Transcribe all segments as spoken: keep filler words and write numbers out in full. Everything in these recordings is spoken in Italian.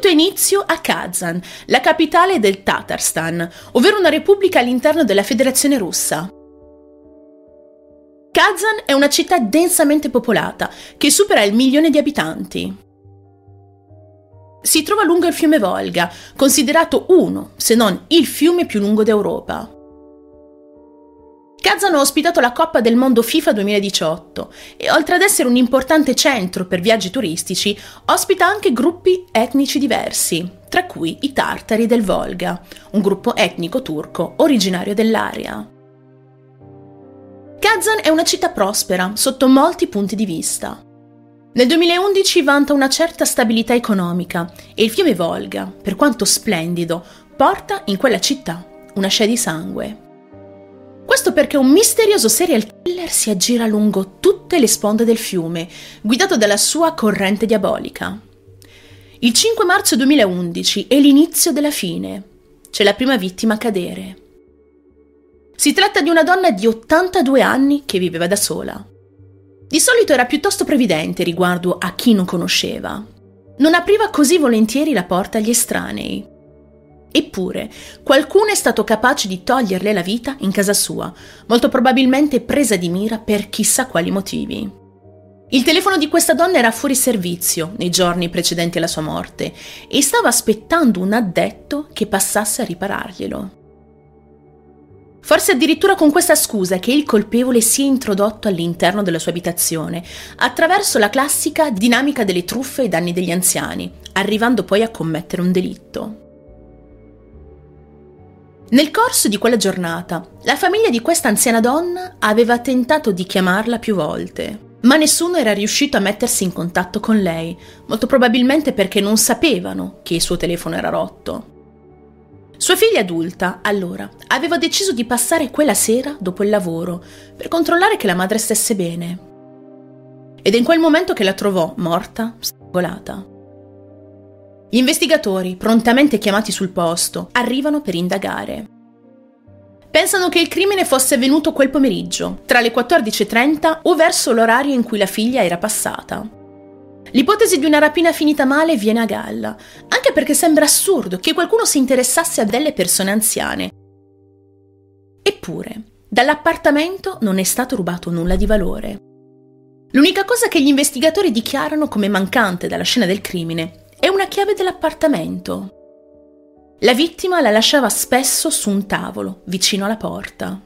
tutto inizio a Kazan, la capitale del Tatarstan, ovvero una repubblica all'interno della Federazione Russa. Kazan è una città densamente popolata, che supera il milione di abitanti. Si trova lungo il fiume Volga, considerato uno, se non il fiume più lungo d'Europa. Kazan ha ospitato la Coppa del Mondo FIFA duemiladiciotto e, oltre ad essere un importante centro per viaggi turistici, ospita anche gruppi etnici diversi, tra cui i Tartari del Volga, un gruppo etnico turco originario dell'area. Kazan è una città prospera sotto molti punti di vista. Nel duemilaundici vanta una certa stabilità economica e il fiume Volga, per quanto splendido, porta in quella città una scia di sangue. Questo perché un misterioso serial killer si aggira lungo tutte le sponde del fiume, guidato dalla sua corrente diabolica. Il cinque marzo duemilaundici è l'inizio della fine. C'è la prima vittima a cadere. Si tratta di una donna di ottantadue anni che viveva da sola. Di solito era piuttosto previdente riguardo a chi non conosceva. Non apriva così volentieri la porta agli estranei. Eppure, qualcuno è stato capace di toglierle la vita in casa sua, molto probabilmente presa di mira per chissà quali motivi. Il telefono di questa donna era fuori servizio nei giorni precedenti alla sua morte e stava aspettando un addetto che passasse a ripararglielo. Forse addirittura con questa scusa che il colpevole si è introdotto all'interno della sua abitazione, attraverso la classica dinamica delle truffe ai danni degli anziani, arrivando poi a commettere un delitto. Nel corso di quella giornata, la famiglia di questa anziana donna aveva tentato di chiamarla più volte, ma nessuno era riuscito a mettersi in contatto con lei, molto probabilmente perché non sapevano che il suo telefono era rotto. Sua figlia adulta, allora, aveva deciso di passare quella sera dopo il lavoro per controllare che la madre stesse bene. Ed è in quel momento che la trovò morta, strangolata. Gli investigatori, prontamente chiamati sul posto, arrivano per indagare. Pensano che il crimine fosse avvenuto quel pomeriggio, tra le quattordici e trenta o verso l'orario in cui la figlia era passata. L'ipotesi di una rapina finita male viene a galla, anche perché sembra assurdo che qualcuno si interessasse a delle persone anziane. Eppure, dall'appartamento non è stato rubato nulla di valore. L'unica cosa che gli investigatori dichiarano come mancante dalla scena del crimine è una chiave dell'appartamento. La vittima la lasciava spesso su un tavolo, vicino alla porta.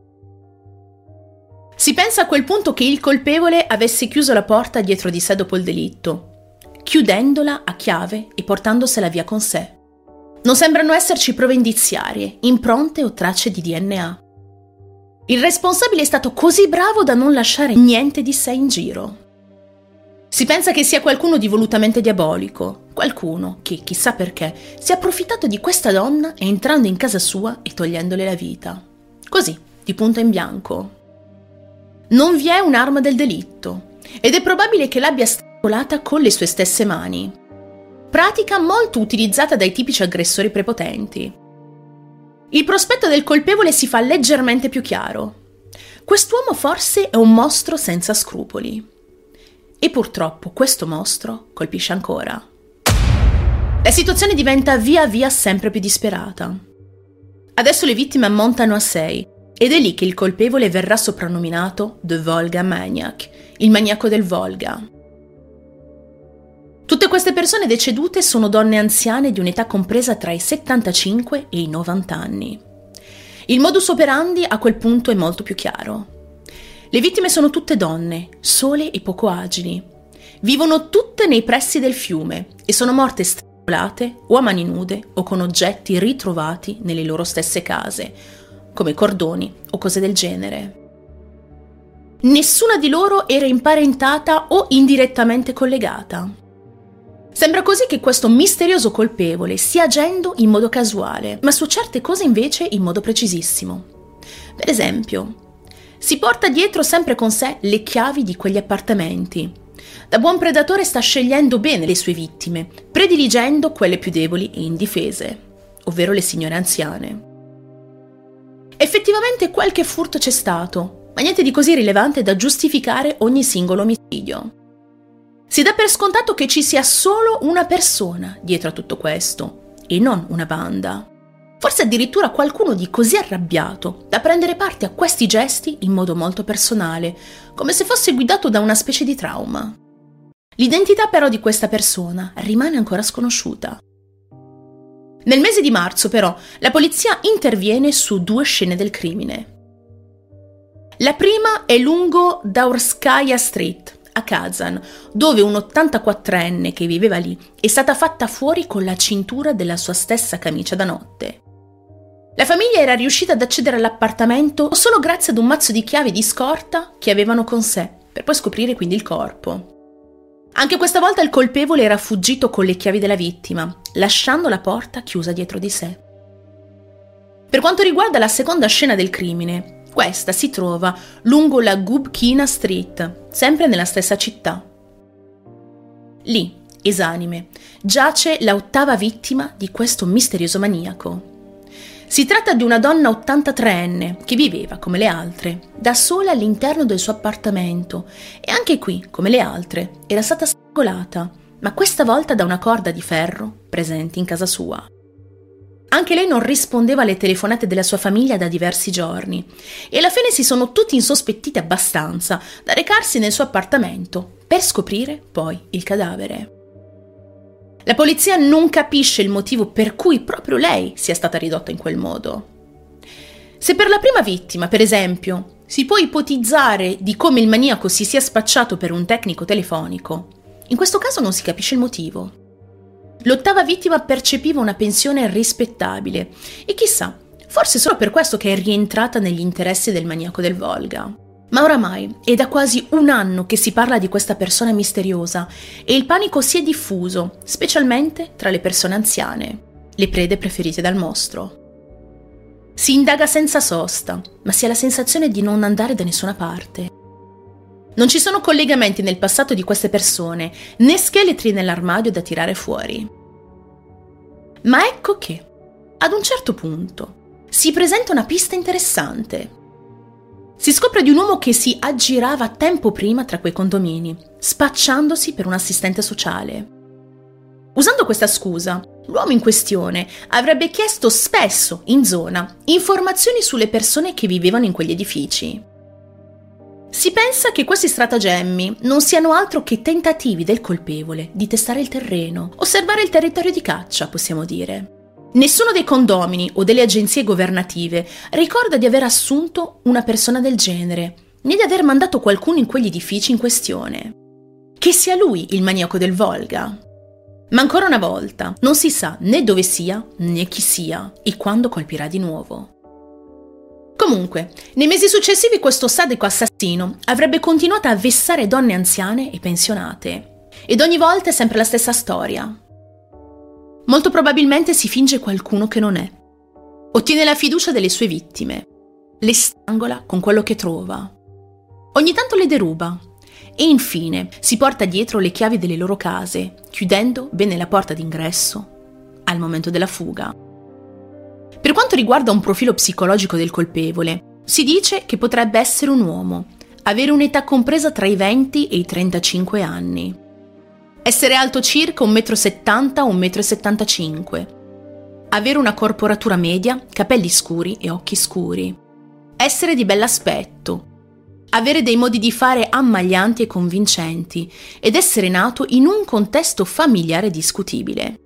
Si pensa a quel punto che il colpevole avesse chiuso la porta dietro di sé dopo il delitto, chiudendola a chiave e portandosela via con sé. Non sembrano esserci prove indiziarie, impronte o tracce di D N A. Il responsabile è stato così bravo da non lasciare niente di sé in giro. Si pensa che sia qualcuno di volutamente diabolico, qualcuno che, chissà perché, si è approfittato di questa donna entrando in casa sua e togliendole la vita. Così, di punto in bianco. Non vi è un'arma del delitto ed è probabile che l'abbia strangolata con le sue stesse mani. Pratica molto utilizzata dai tipici aggressori prepotenti. Il prospetto del colpevole si fa leggermente più chiaro. Quest'uomo forse è un mostro senza scrupoli. E purtroppo questo mostro colpisce ancora. La situazione diventa via via sempre più disperata. Adesso le vittime ammontano a sei. Ed è lì che il colpevole verrà soprannominato The Volga Maniac, il maniaco del Volga. Tutte queste persone decedute sono donne anziane di un'età compresa tra i settantacinque e i novanta anni. Il modus operandi a quel punto è molto più chiaro. Le vittime sono tutte donne, sole e poco agili. Vivono tutte nei pressi del fiume e sono morte strangolate o a mani nude o con oggetti ritrovati nelle loro stesse case, come cordoni o cose del genere. Nessuna di loro era imparentata o indirettamente collegata. Sembra così che questo misterioso colpevole stia agendo in modo casuale, ma su certe cose invece in modo precisissimo. Per esempio, si porta dietro sempre con sé le chiavi di quegli appartamenti. Da buon predatore sta scegliendo bene le sue vittime, prediligendo quelle più deboli e indifese, ovvero le signore anziane. Effettivamente qualche furto c'è stato, ma niente di così rilevante da giustificare ogni singolo omicidio. Si dà per scontato che ci sia solo una persona dietro a tutto questo, e non una banda. Forse addirittura qualcuno di così arrabbiato da prendere parte a questi gesti in modo molto personale, come se fosse guidato da una specie di trauma. L'identità però di questa persona rimane ancora sconosciuta. Nel mese di marzo, però, la polizia interviene su due scene del crimine. La prima è lungo Daurskaya Street, a Kazan, dove un ottantaquattrenne che viveva lì è stata fatta fuori con la cintura della sua stessa camicia da notte. La famiglia era riuscita ad accedere all'appartamento solo grazie ad un mazzo di chiavi di scorta che avevano con sé, per poi scoprire quindi il corpo. Anche questa volta il colpevole era fuggito con le chiavi della vittima, lasciando la porta chiusa dietro di sé. Per quanto riguarda la seconda scena del crimine, questa si trova lungo la Gubkina Street, sempre nella stessa città. Lì, esanime, giace la ottava vittima di questo misterioso maniaco. Si tratta di una donna ottantatreenne che viveva, come le altre, da sola all'interno del suo appartamento e anche qui, come le altre, era stata strangolata, ma questa volta da una corda di ferro presente in casa sua. Anche lei non rispondeva alle telefonate della sua famiglia da diversi giorni e alla fine si sono tutti insospettiti abbastanza da recarsi nel suo appartamento per scoprire poi il cadavere. La polizia non capisce il motivo per cui proprio lei sia stata ridotta in quel modo. Se per la prima vittima, per esempio, si può ipotizzare di come il maniaco si sia spacciato per un tecnico telefonico, in questo caso non si capisce il motivo. L'ottava vittima percepiva una pensione rispettabile e chissà, forse solo per questo che è rientrata negli interessi del maniaco del Volga. Ma oramai è da quasi un anno che si parla di questa persona misteriosa e il panico si è diffuso, specialmente tra le persone anziane, le prede preferite dal mostro. Si indaga senza sosta, ma si ha la sensazione di non andare da nessuna parte. Non ci sono collegamenti nel passato di queste persone, né scheletri nell'armadio da tirare fuori. Ma ecco che, ad un certo punto, si presenta una pista interessante. Si scopre di un uomo che si aggirava tempo prima tra quei condomini, spacciandosi per un assistente sociale. Usando questa scusa, l'uomo in questione avrebbe chiesto spesso, in zona, informazioni sulle persone che vivevano in quegli edifici. Si pensa che questi stratagemmi non siano altro che tentativi del colpevole di testare il terreno, osservare il territorio di caccia, possiamo dire. Nessuno dei condomini o delle agenzie governative ricorda di aver assunto una persona del genere, né di aver mandato qualcuno in quegli edifici in questione. Che sia lui il maniaco del Volga. Ma ancora una volta, non si sa né dove sia, né chi sia, e quando colpirà di nuovo. Comunque, nei mesi successivi questo sadico assassino avrebbe continuato a vessare donne anziane e pensionate. Ed ogni volta è sempre la stessa storia. Molto probabilmente si finge qualcuno che non è. Ottiene la fiducia delle sue vittime. Le strangola con quello che trova. Ogni tanto le deruba. E infine si porta dietro le chiavi delle loro case, chiudendo bene la porta d'ingresso al momento della fuga. Per quanto riguarda un profilo psicologico del colpevole, si dice che potrebbe essere un uomo, avere un'età compresa tra i venti e i trentacinque anni. Essere alto circa un metro e settanta o un metro e settantacinque. Avere una corporatura media, capelli scuri e occhi scuri. Essere di bell'aspetto. Avere dei modi di fare ammaglianti e convincenti ed essere nato in un contesto familiare discutibile.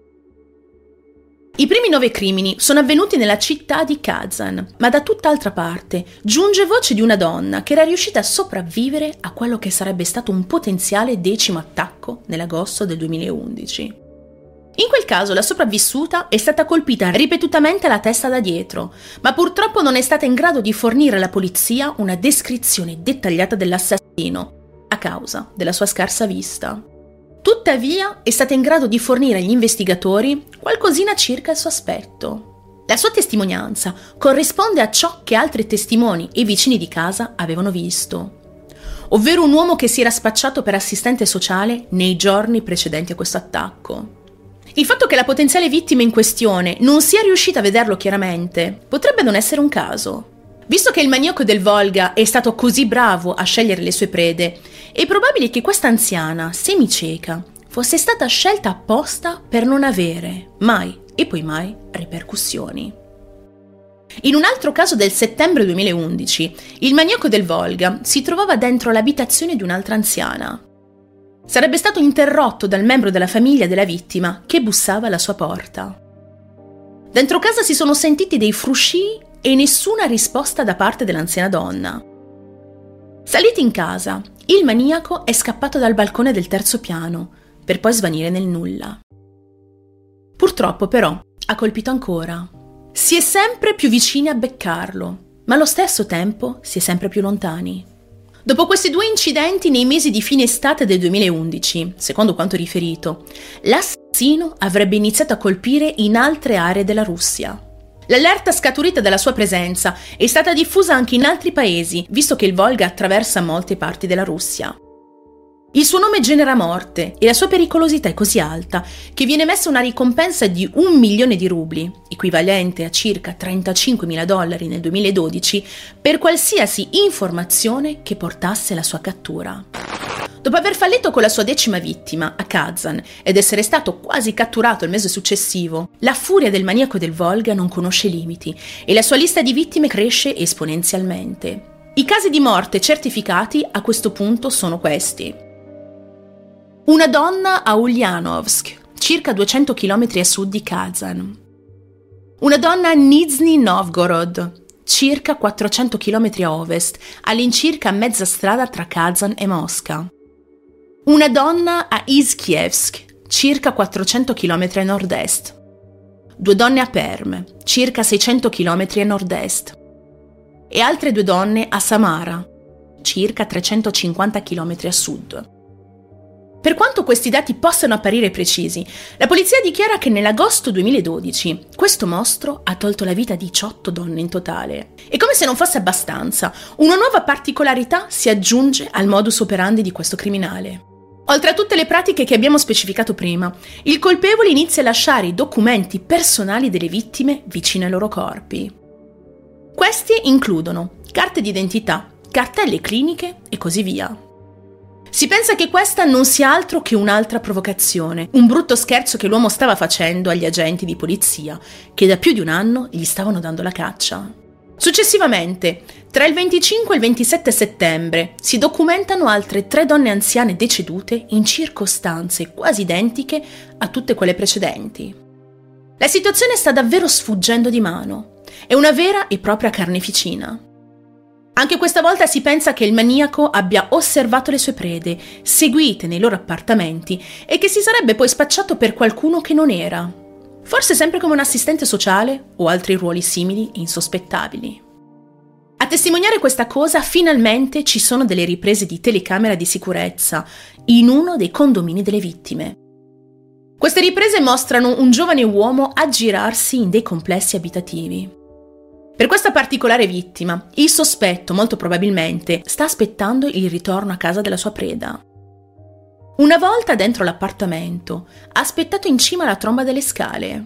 I primi nove crimini sono avvenuti nella città di Kazan, ma da tutt'altra parte giunge voce di una donna che era riuscita a sopravvivere a quello che sarebbe stato un potenziale decimo attacco nell'agosto del duemilaundici. In quel caso la sopravvissuta è stata colpita ripetutamente alla testa da dietro, ma purtroppo non è stata in grado di fornire alla polizia una descrizione dettagliata dell'assassino, a causa della sua scarsa vista. Tuttavia è stata in grado di fornire agli investigatori qualcosina circa il suo aspetto. La sua testimonianza corrisponde a ciò che altri testimoni e vicini di casa avevano visto, ovvero un uomo che si era spacciato per assistente sociale nei giorni precedenti a questo attacco. Il fatto che la potenziale vittima in questione non sia riuscita a vederlo chiaramente potrebbe non essere un caso. Visto che il maniaco del Volga è stato così bravo a scegliere le sue prede, È probabile che questa anziana, semicieca, fosse stata scelta apposta per non avere mai e poi mai ripercussioni. In un altro caso del settembre duemilaundici, il maniaco del Volga si trovava dentro l'abitazione di un'altra anziana. Sarebbe stato interrotto dal membro della famiglia della vittima che bussava alla sua porta. Dentro casa si sono sentiti dei fruscii e nessuna risposta da parte dell'anziana donna. Saliti in casa, il maniaco è scappato dal balcone del terzo piano, per poi svanire nel nulla. Purtroppo, però, ha colpito ancora. Si è sempre più vicini a beccarlo, ma allo stesso tempo si è sempre più lontani. Dopo questi due incidenti nei mesi di fine estate del duemilaundici, secondo quanto riferito, l'assassino avrebbe iniziato a colpire in altre aree della Russia. L'allerta scaturita dalla sua presenza è stata diffusa anche in altri paesi, visto che il Volga attraversa molte parti della Russia. Il suo nome genera morte e la sua pericolosità è così alta che viene messa una ricompensa di un milione di rubli, equivalente a circa trentacinquemila dollari nel duemiladodici, per qualsiasi informazione che portasse alla sua cattura. Dopo aver fallito con la sua decima vittima, a Kazan, ed essere stato quasi catturato il mese successivo, la furia del maniaco del Volga non conosce limiti e la sua lista di vittime cresce esponenzialmente. I casi di morte certificati a questo punto sono questi. Una donna a Ulyanovsk, circa duecento chilometri a sud di Kazan. Una donna a Nizhny Novgorod, circa quattrocento chilometri a ovest, all'incirca a mezza strada tra Kazan e Mosca. Una donna a Izkievsk, circa quattrocento chilometri a nord-est. Due donne a Perm, circa seicento chilometri a nord-est. E altre due donne a Samara, circa trecentocinquanta chilometri a sud. Per quanto questi dati possano apparire precisi, la polizia dichiara che nell'agosto duemiladodici questo mostro ha tolto la vita a diciotto donne in totale. E come se non fosse abbastanza, una nuova particolarità si aggiunge al modus operandi di questo criminale. Oltre a tutte le pratiche che abbiamo specificato prima, il colpevole inizia a lasciare i documenti personali delle vittime vicino ai loro corpi. Questi includono carte d'identità, cartelle cliniche e così via. Si pensa che questa non sia altro che un'altra provocazione, un brutto scherzo che l'uomo stava facendo agli agenti di polizia, che da più di un anno gli stavano dando la caccia. Successivamente, tra il venticinque e il ventisette settembre, si documentano altre tre donne anziane decedute in circostanze quasi identiche a tutte quelle precedenti. La situazione sta davvero sfuggendo di mano. È una vera e propria carneficina. Anche questa volta si pensa che il maniaco abbia osservato le sue prede, seguite nei loro appartamenti, e che si sarebbe poi spacciato per qualcuno che non era. Forse sempre come un assistente sociale o altri ruoli simili e insospettabili. A testimoniare questa cosa, finalmente ci sono delle riprese di telecamera di sicurezza in uno dei condomini delle vittime. Queste riprese mostrano un giovane uomo aggirarsi in dei complessi abitativi. Per questa particolare vittima, il sospetto, molto probabilmente, sta aspettando il ritorno a casa della sua preda. Una volta dentro l'appartamento, ha aspettato in cima alla tromba delle scale.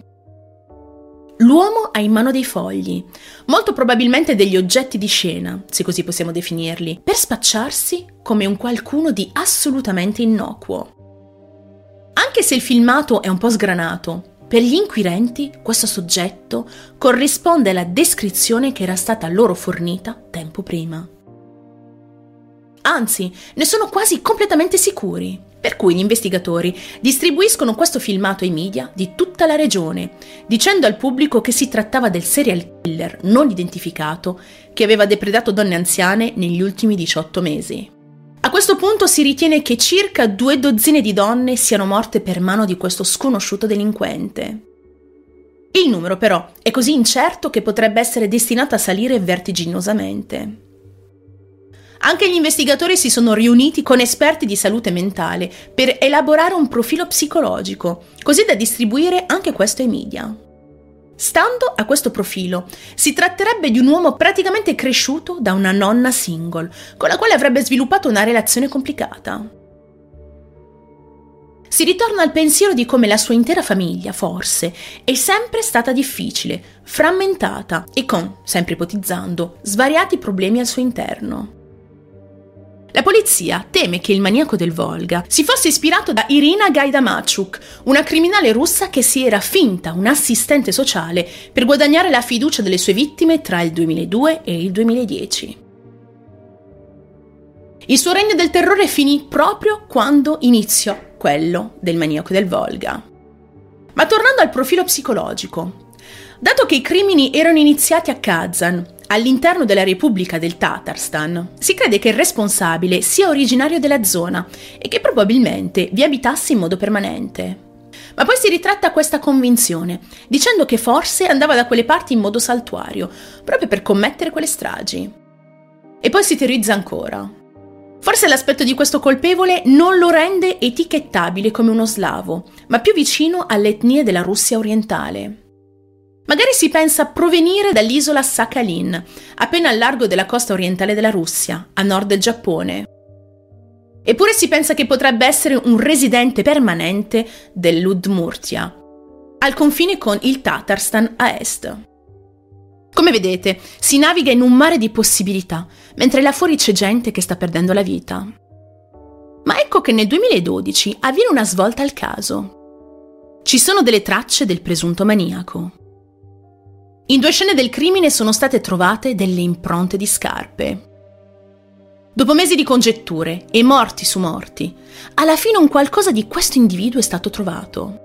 L'uomo ha in mano dei fogli, molto probabilmente degli oggetti di scena, se così possiamo definirli, per spacciarsi come un qualcuno di assolutamente innocuo. Anche se il filmato è un po' sgranato, per gli inquirenti questo soggetto corrisponde alla descrizione che era stata loro fornita tempo prima. Anzi, ne sono quasi completamente sicuri, per cui gli investigatori distribuiscono questo filmato ai media di tutta la regione, dicendo al pubblico che si trattava del serial killer non identificato che aveva depredato donne anziane negli ultimi diciotto mesi. A questo punto si ritiene che circa due dozzine di donne siano morte per mano di questo sconosciuto delinquente. Il numero però è così incerto che potrebbe essere destinato a salire vertiginosamente. Anche gli investigatori si sono riuniti con esperti di salute mentale per elaborare un profilo psicologico, così da distribuire anche questo ai media. Stando a questo profilo, si tratterebbe di un uomo praticamente cresciuto da una nonna single, con la quale avrebbe sviluppato una relazione complicata. Si ritorna al pensiero di come la sua intera famiglia, forse, è sempre stata difficile, frammentata e con, sempre ipotizzando, svariati problemi al suo interno. La polizia teme che il maniaco del Volga si fosse ispirato da Irina Gaidamachuk, una criminale russa che si era finta un'assistente sociale per guadagnare la fiducia delle sue vittime tra il duemiladue e il duemiladieci. Il suo regno del terrore finì proprio quando iniziò quello del maniaco del Volga. Ma tornando al profilo psicologico, dato che i crimini erano iniziati a Kazan, all'interno della Repubblica del Tatarstan, si crede che il responsabile sia originario della zona e che probabilmente vi abitasse in modo permanente. Ma poi si ritratta questa convinzione, dicendo che forse andava da quelle parti in modo saltuario, proprio per commettere quelle stragi. E poi si teorizza ancora. Forse l'aspetto di questo colpevole non lo rende etichettabile come uno slavo, ma più vicino alle etnie della Russia orientale. Magari si pensa provenire dall'isola Sakhalin, appena al largo della costa orientale della Russia, a nord del Giappone. Eppure si pensa che potrebbe essere un residente permanente dell'Udmurtia, al confine con il Tatarstan a est. Come vedete, si naviga in un mare di possibilità, mentre là fuori c'è gente che sta perdendo la vita. Ma ecco che nel duemiladodici avviene una svolta al caso. Ci sono delle tracce del presunto maniaco. In due scene del crimine sono state trovate delle impronte di scarpe. Dopo mesi di congetture e morti su morti, alla fine un qualcosa di questo individuo è stato trovato.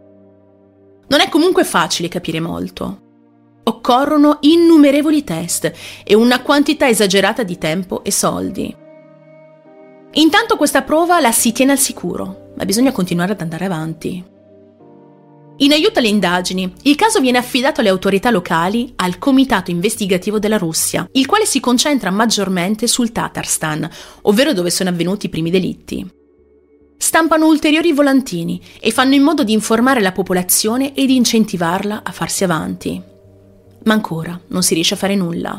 Non è comunque facile capire molto. Occorrono innumerevoli test e una quantità esagerata di tempo e soldi. Intanto questa prova la si tiene al sicuro, ma bisogna continuare ad andare avanti. In aiuto alle indagini, il caso viene affidato alle autorità locali al Comitato Investigativo della Russia, il quale si concentra maggiormente sul Tatarstan, ovvero dove sono avvenuti i primi delitti. Stampano ulteriori volantini e fanno in modo di informare la popolazione e di incentivarla a farsi avanti. Ma ancora non si riesce a fare nulla.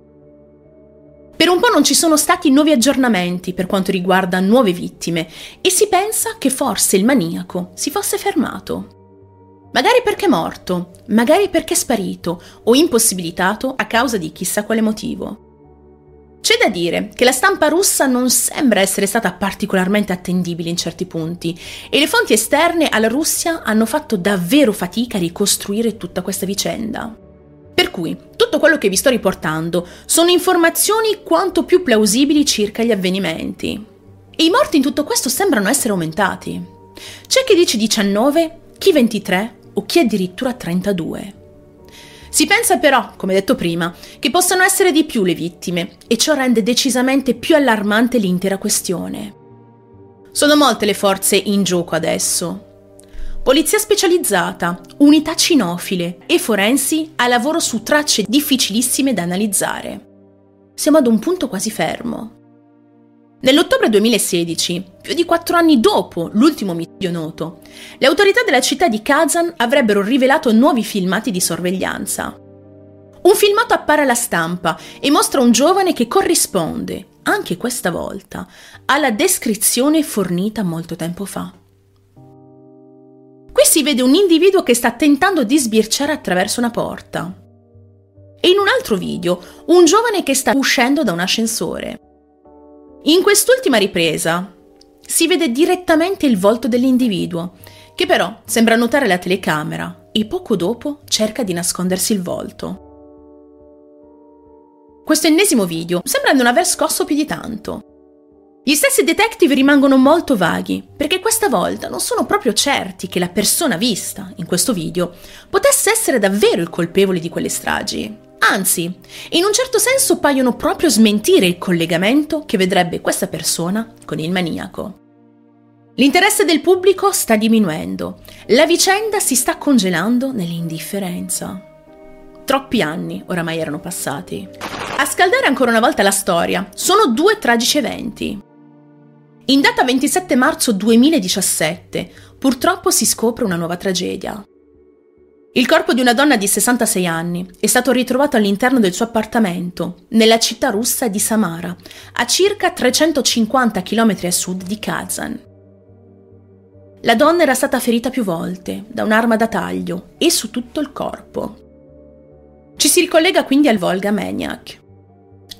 Per un po' non ci sono stati nuovi aggiornamenti per quanto riguarda nuove vittime e si pensa che forse il maniaco si fosse fermato. Magari perché è morto, magari perché è sparito o impossibilitato a causa di chissà quale motivo. C'è da dire che la stampa russa non sembra essere stata particolarmente attendibile in certi punti e le fonti esterne alla Russia hanno fatto davvero fatica a ricostruire tutta questa vicenda. Per cui tutto quello che vi sto riportando sono informazioni quanto più plausibili circa gli avvenimenti. E i morti in tutto questo sembrano essere aumentati. C'è chi dice diciannove, chi ventitré o chi addirittura trentadue. Si pensa però, come detto prima, che possano essere di più le vittime e ciò rende decisamente più allarmante l'intera questione. Sono molte le forze in gioco adesso. Polizia specializzata, unità cinofile e forensi a lavoro su tracce difficilissime da analizzare. Siamo ad un punto quasi fermo. Nell'ottobre duemilasedici, più di quattro anni dopo l'ultimo omicidio noto, le autorità della città di Kazan avrebbero rivelato nuovi filmati di sorveglianza. Un filmato appare alla stampa e mostra un giovane che corrisponde, anche questa volta, alla descrizione fornita molto tempo fa. Qui si vede un individuo che sta tentando di sbirciare attraverso una porta. E in un altro video, un giovane che sta uscendo da un ascensore. In quest'ultima ripresa si vede direttamente il volto dell'individuo, che però sembra notare la telecamera e poco dopo cerca di nascondersi il volto. Questo ennesimo video sembra non aver scosso più di tanto. Gli stessi detective rimangono molto vaghi, perché questa volta non sono proprio certi che la persona vista in questo video potesse essere davvero il colpevole di quelle stragi. Anzi, in un certo senso paiono proprio smentire il collegamento che vedrebbe questa persona con il maniaco. L'interesse del pubblico sta diminuendo, la vicenda si sta congelando nell'indifferenza. Troppi anni oramai erano passati. A scaldare ancora una volta la storia sono due tragici eventi. In data ventisette marzo duemiladiciassette, purtroppo si scopre una nuova tragedia. Il corpo di una donna di sessantasei anni è stato ritrovato all'interno del suo appartamento, nella città russa di Samara, a circa trecentocinquanta chilometri a sud di Kazan. La donna era stata ferita più volte da un'arma da taglio e su tutto il corpo. Ci si ricollega quindi al Volga Maniac.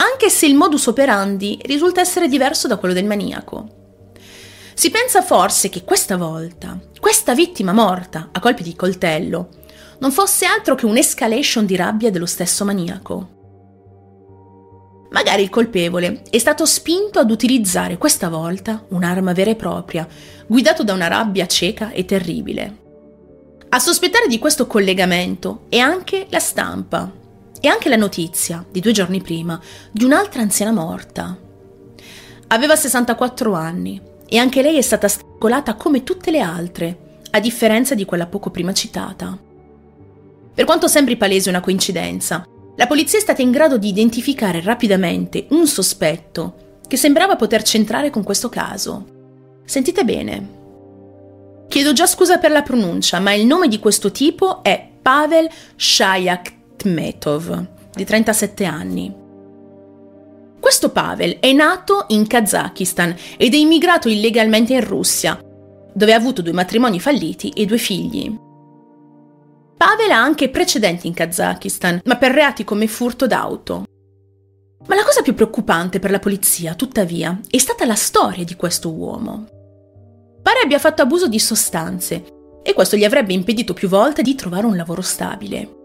anche se il modus operandi risulta essere diverso da quello del maniaco. Si pensa forse che questa volta, questa vittima morta a colpi di coltello, non fosse altro che un'escalation di rabbia dello stesso maniaco. Magari il colpevole è stato spinto ad utilizzare questa volta un'arma vera e propria, guidato da una rabbia cieca e terribile. A sospettare di questo collegamento è anche la stampa e anche la notizia, di due giorni prima, di un'altra anziana morta. Aveva sessantaquattro anni e anche lei è stata strangolata come tutte le altre, a differenza di quella poco prima citata. Per quanto sembri palese una coincidenza, la polizia è stata in grado di identificare rapidamente un sospetto che sembrava poter centrare con questo caso. Sentite bene. Chiedo già scusa per la pronuncia, ma il nome di questo tipo è Pavel Shayakhmetov, di trentasette anni. Questo Pavel è nato in Kazakistan ed è immigrato illegalmente in Russia, dove ha avuto due matrimoni falliti e due figli. Pavel ha anche precedenti in Kazakistan, ma per reati come furto d'auto. Ma la cosa più preoccupante per la polizia, tuttavia, è stata la storia di questo uomo. Pare abbia fatto abuso di sostanze e questo gli avrebbe impedito più volte di trovare un lavoro stabile.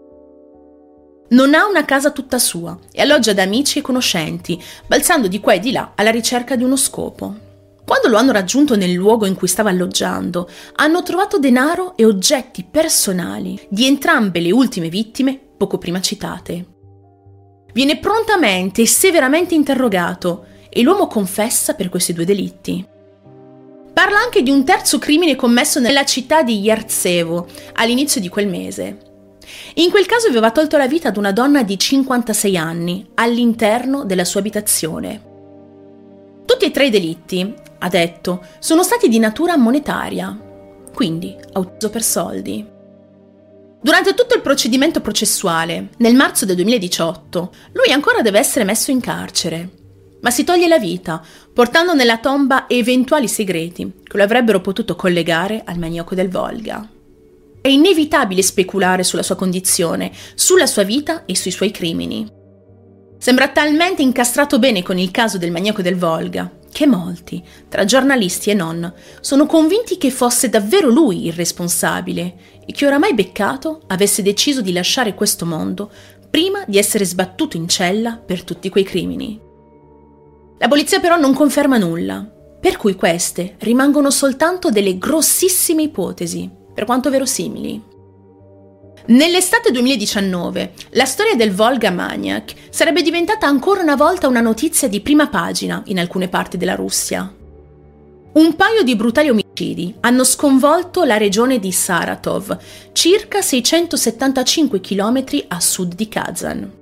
Non ha una casa tutta sua e alloggia da amici e conoscenti, balzando di qua e di là alla ricerca di uno scopo. Quando lo hanno raggiunto nel luogo in cui stava alloggiando, hanno trovato denaro e oggetti personali di entrambe le ultime vittime poco prima citate. Viene prontamente e severamente interrogato e l'uomo confessa per questi due delitti. Parla anche di un terzo crimine commesso nella città di Yartsevo all'inizio di quel mese. In quel caso aveva tolto la vita ad una donna di cinquantasei anni all'interno della sua abitazione. Tutti e tre i delitti, ha detto, sono stati di natura monetaria, quindi ha ucciso per soldi. Durante tutto il procedimento processuale, nel marzo del duemiladiciotto, lui ancora deve essere messo in carcere, ma si toglie la vita, portando nella tomba eventuali segreti che lo avrebbero potuto collegare al maniaco del Volga. È inevitabile speculare sulla sua condizione, sulla sua vita e sui suoi crimini. Sembra talmente incastrato bene con il caso del maniaco del Volga che molti, tra giornalisti e non, sono convinti che fosse davvero lui il responsabile e che oramai beccato avesse deciso di lasciare questo mondo prima di essere sbattuto in cella per tutti quei crimini. La polizia però non conferma nulla, per cui queste rimangono soltanto delle grossissime ipotesi, per quanto verosimili. Nell'estate duemiladiciannove, la storia del Volga Maniac sarebbe diventata ancora una volta una notizia di prima pagina in alcune parti della Russia. Un paio di brutali omicidi hanno sconvolto la regione di Saratov, circa seicentosettantacinque chilometri a sud di Kazan.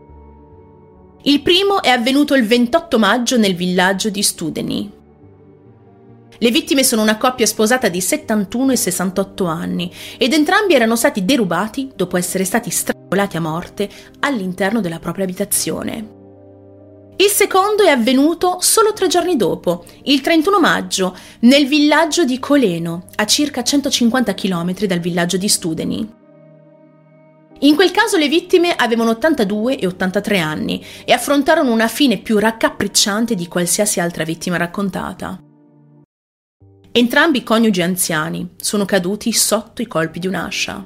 Il primo è avvenuto il ventotto maggio nel villaggio di Studeny. Le vittime sono una coppia sposata di settantuno e sessantotto anni ed entrambi erano stati derubati dopo essere stati strangolati a morte all'interno della propria abitazione. Il secondo è avvenuto solo tre giorni dopo, il trentuno maggio, nel villaggio di Koleno, a circa centocinquanta chilometri dal villaggio di Studeny. In quel caso le vittime avevano ottantadue e ottantatré anni e affrontarono una fine più raccapricciante di qualsiasi altra vittima raccontata. Entrambi i coniugi anziani sono caduti sotto i colpi di un'ascia.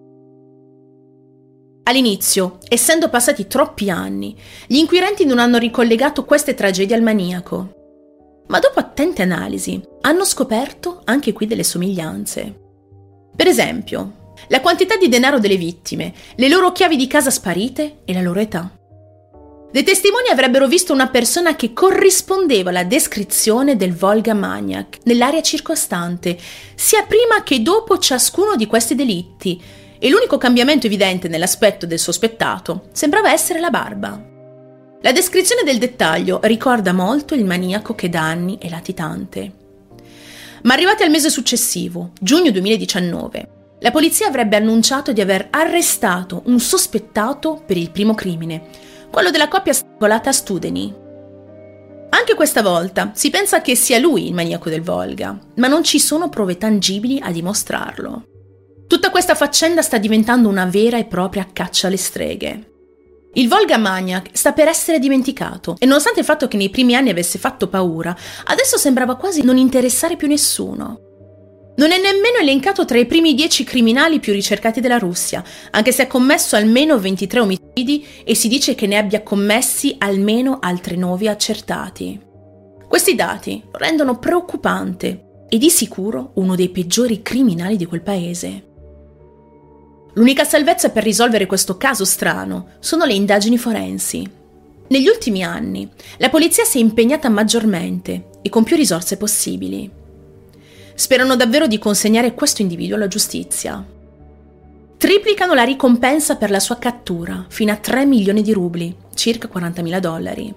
All'inizio, essendo passati troppi anni, gli inquirenti non hanno ricollegato queste tragedie al maniaco. Ma dopo attente analisi, hanno scoperto anche qui delle somiglianze. Per esempio, la quantità di denaro delle vittime, le loro chiavi di casa sparite e la loro età. Dei testimoni avrebbero visto una persona che corrispondeva alla descrizione del Volga Maniac nell'area circostante, sia prima che dopo ciascuno di questi delitti, e l'unico cambiamento evidente nell'aspetto del sospettato sembrava essere la barba. La descrizione del dettaglio ricorda molto il maniaco che da anni è latitante. Ma arrivati al mese successivo, giugno duemiladiciannove, la polizia avrebbe annunciato di aver arrestato un sospettato per il primo crimine, quello della coppia strangolata a Studeny. Anche questa volta si pensa che sia lui il maniaco del Volga, ma non ci sono prove tangibili a dimostrarlo. Tutta questa faccenda sta diventando una vera e propria caccia alle streghe. Il Volga Maniac sta per essere dimenticato e nonostante il fatto che nei primi anni avesse fatto paura, adesso sembrava quasi non interessare più nessuno. Non è nemmeno elencato tra i primi dieci criminali più ricercati della Russia, anche se ha commesso almeno ventitré omicidi e si dice che ne abbia commessi almeno altri nove accertati. Questi dati lo rendono preoccupante e di sicuro uno dei peggiori criminali di quel paese. L'unica salvezza per risolvere questo caso strano sono le indagini forensi. Negli ultimi anni la polizia si è impegnata maggiormente e con più risorse possibili. Sperano davvero di consegnare questo individuo alla giustizia. Triplicano la ricompensa per la sua cattura, fino a tre milioni di rubli, circa quarantamila dollari.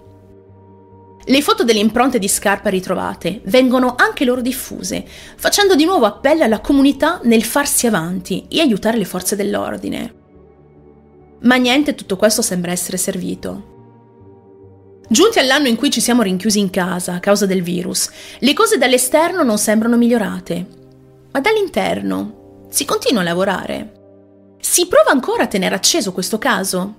Le foto delle impronte di scarpa ritrovate vengono anche loro diffuse, facendo di nuovo appello alla comunità nel farsi avanti e aiutare le forze dell'ordine. Ma niente, tutto questo sembra essere servito. Giunti all'anno in cui ci siamo rinchiusi in casa a causa del virus, le cose dall'esterno non sembrano migliorate, ma dall'interno si continua a lavorare. Si prova ancora a tenere acceso questo caso?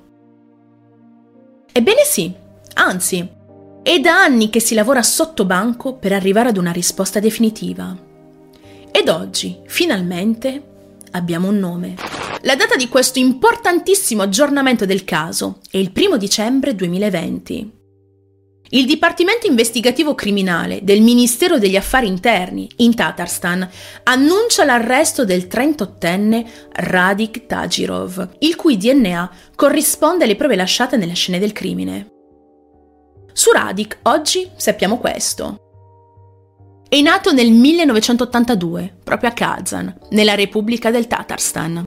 Ebbene sì, anzi, è da anni che si lavora sotto banco per arrivare ad una risposta definitiva. Ed oggi, finalmente, abbiamo un nome. La data di questo importantissimo aggiornamento del caso è il primo dicembre duemilaventi. Il Dipartimento Investigativo Criminale del Ministero degli Affari Interni in Tatarstan annuncia l'arresto del trentottenne Radik Tagirov, il cui D N A corrisponde alle prove lasciate nelle scene del crimine. Su Radik oggi sappiamo questo. È nato nel millenovecentottantadue, proprio a Kazan, nella Repubblica del Tatarstan.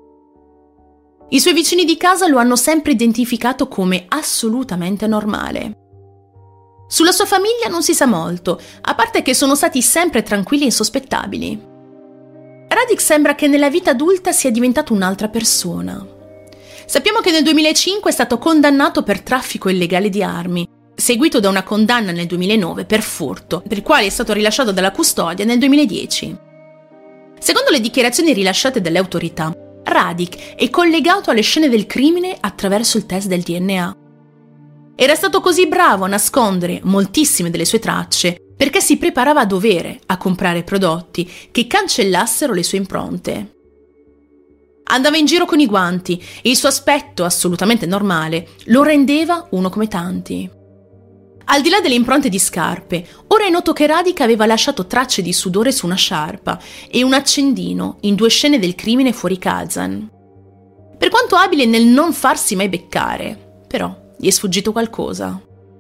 I suoi vicini di casa lo hanno sempre identificato come assolutamente normale. Sulla sua famiglia non si sa molto, a parte che sono stati sempre tranquilli e insospettabili. Radik sembra che nella vita adulta sia diventato un'altra persona. Sappiamo che nel duemilacinque è stato condannato per traffico illegale di armi, seguito da una condanna nel duemilanove per furto, per il quale è stato rilasciato dalla custodia nel duemiladieci. Secondo le dichiarazioni rilasciate dalle autorità, Radik è collegato alle scene del crimine attraverso il test del D N A. Era stato così bravo a nascondere moltissime delle sue tracce perché si preparava a dovere a comprare prodotti che cancellassero le sue impronte. Andava in giro con i guanti e il suo aspetto, assolutamente normale, lo rendeva uno come tanti. Al di là delle impronte di scarpe, ora è noto che Radik aveva lasciato tracce di sudore su una sciarpa e un accendino in due scene del crimine fuori Kazan. Per quanto abile nel non farsi mai beccare, però gli è sfuggito qualcosa.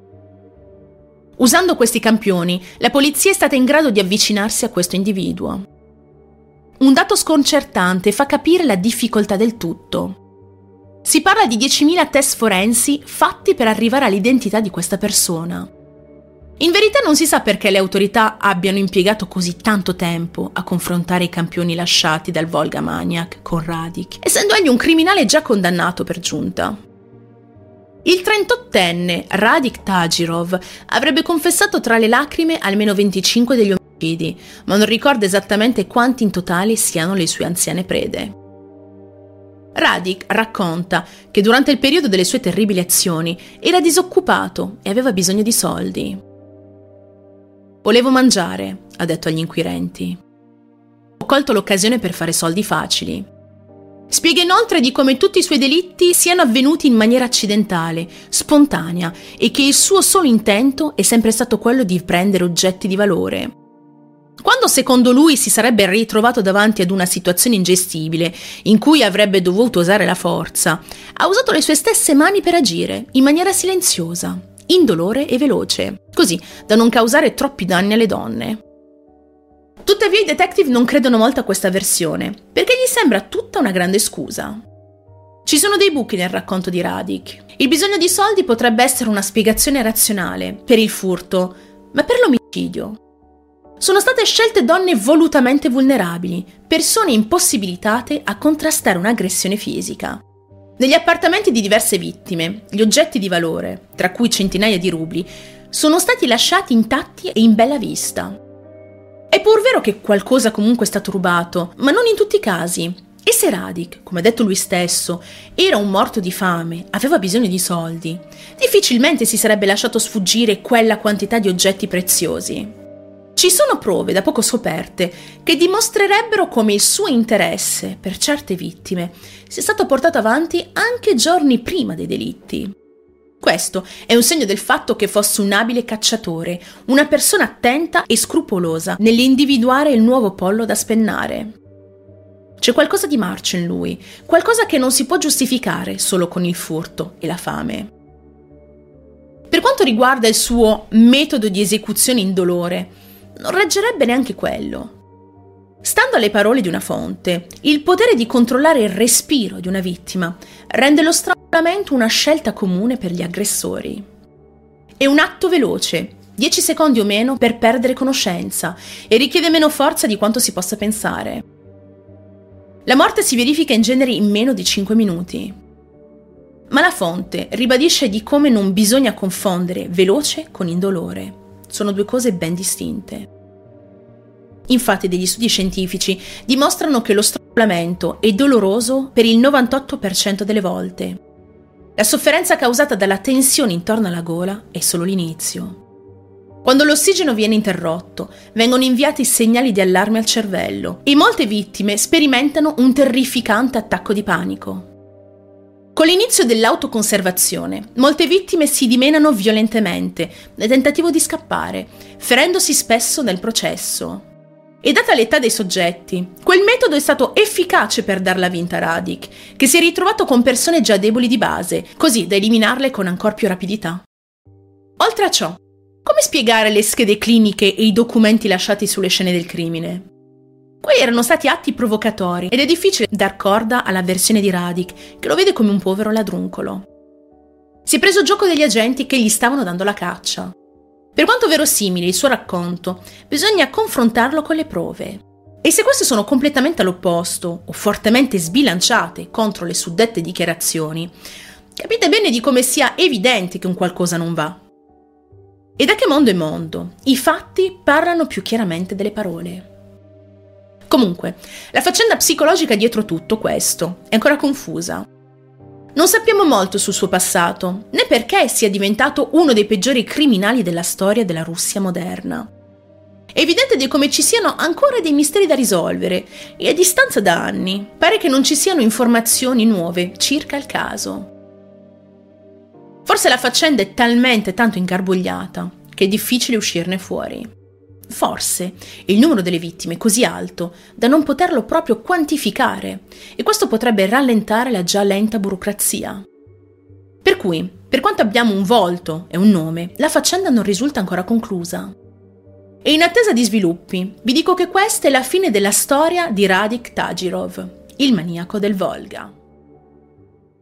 Usando questi campioni, la polizia è stata in grado di avvicinarsi a questo individuo. Un dato sconcertante fa capire la difficoltà del tutto. Si parla di diecimila test forensi fatti per arrivare all'identità di questa persona. In verità non si sa perché le autorità abbiano impiegato così tanto tempo a confrontare i campioni lasciati dal Volga Maniac con Radik, essendo egli un criminale già condannato per giunta. Il trentottenne Radik Tagirov avrebbe confessato tra le lacrime almeno venticinque degli omicidi, ma non ricorda esattamente quanti in totale siano le sue anziane prede. Radik racconta che durante il periodo delle sue terribili azioni era disoccupato e aveva bisogno di soldi. «Volevo mangiare», ha detto agli inquirenti. «Ho colto l'occasione per fare soldi facili». Spiega inoltre di come tutti i suoi delitti siano avvenuti in maniera accidentale, spontanea, e che il suo solo intento è sempre stato quello di prendere oggetti di valore. Quando secondo lui si sarebbe ritrovato davanti ad una situazione ingestibile, in cui avrebbe dovuto usare la forza, ha usato le sue stesse mani per agire, in maniera silenziosa, indolore e veloce, così da non causare troppi danni alle donne. Tuttavia i detective non credono molto a questa versione, perché gli sembra tutta una grande scusa. Ci sono dei buchi nel racconto di Radik. Il bisogno di soldi potrebbe essere una spiegazione razionale per il furto, ma per l'omicidio sono state scelte donne volutamente vulnerabili, persone impossibilitate a contrastare un'aggressione fisica. Negli appartamenti di diverse vittime, gli oggetti di valore, tra cui centinaia di rubli, sono stati lasciati intatti e in bella vista. È pur vero che qualcosa comunque è stato rubato, ma non in tutti i casi, E se Radic, come ha detto lui stesso, era un morto di fame, aveva bisogno di soldi, difficilmente si sarebbe lasciato sfuggire quella quantità di oggetti preziosi. Ci sono prove da poco scoperte che dimostrerebbero come il suo interesse per certe vittime sia stato portato avanti anche giorni prima dei delitti. Questo è un segno del fatto che fosse un abile cacciatore, una persona attenta e scrupolosa nell'individuare il nuovo pollo da spennare. C'è qualcosa di marcio in lui, qualcosa che non si può giustificare solo con il furto e la fame. Per quanto riguarda il suo metodo di esecuzione indolore, non reggerebbe neanche quello. Stando alle parole di una fonte, il potere di controllare il respiro di una vittima rende lo strangolamento una scelta comune per gli aggressori. È un atto veloce, dieci secondi o meno per perdere conoscenza, e richiede meno forza di quanto si possa pensare. La morte si verifica in genere in meno di cinque minuti. Ma la fonte ribadisce di come non bisogna confondere veloce con indolore. Sono due cose ben distinte. Infatti, degli studi scientifici dimostrano che lo strangolamento è doloroso per il novantotto per cento delle volte. La sofferenza causata dalla tensione intorno alla gola è solo l'inizio. Quando l'ossigeno viene interrotto, vengono inviati segnali di allarme al cervello e molte vittime sperimentano un terrificante attacco di panico. Con l'inizio dell'autoconservazione, molte vittime si dimenano violentemente nel tentativo di scappare, ferendosi spesso nel processo. E data l'età dei soggetti, quel metodo è stato efficace per darla vinta a Radic, che si è ritrovato con persone già deboli di base, così da eliminarle con ancor più rapidità. Oltre a ciò, come spiegare le schede cliniche e i documenti lasciati sulle scene del crimine? Quei erano stati atti provocatori ed è difficile dar corda alla versione di Radic, che lo vede come un povero ladruncolo. Si è preso gioco degli agenti che gli stavano dando la caccia. Per quanto verosimile il suo racconto, bisogna confrontarlo con le prove. E se queste sono completamente all'opposto o fortemente sbilanciate contro le suddette dichiarazioni, capite bene di come sia evidente che un qualcosa non va. E da che mondo è mondo, i fatti parlano più chiaramente delle parole. Comunque, la faccenda psicologica dietro tutto questo è ancora confusa. Non sappiamo molto sul suo passato, né perché sia diventato uno dei peggiori criminali della storia della Russia moderna. È evidente di come ci siano ancora dei misteri da risolvere e a distanza da anni pare che non ci siano informazioni nuove circa il caso. Forse la faccenda è talmente tanto ingarbugliata che è difficile uscirne fuori. Forse il numero delle vittime è così alto da non poterlo proprio quantificare e questo potrebbe rallentare la già lenta burocrazia. Per cui, per quanto abbiamo un volto e un nome, la faccenda non risulta ancora conclusa. E in attesa di sviluppi, vi dico che questa è la fine della storia di Radic Tagirov, il maniaco del Volga.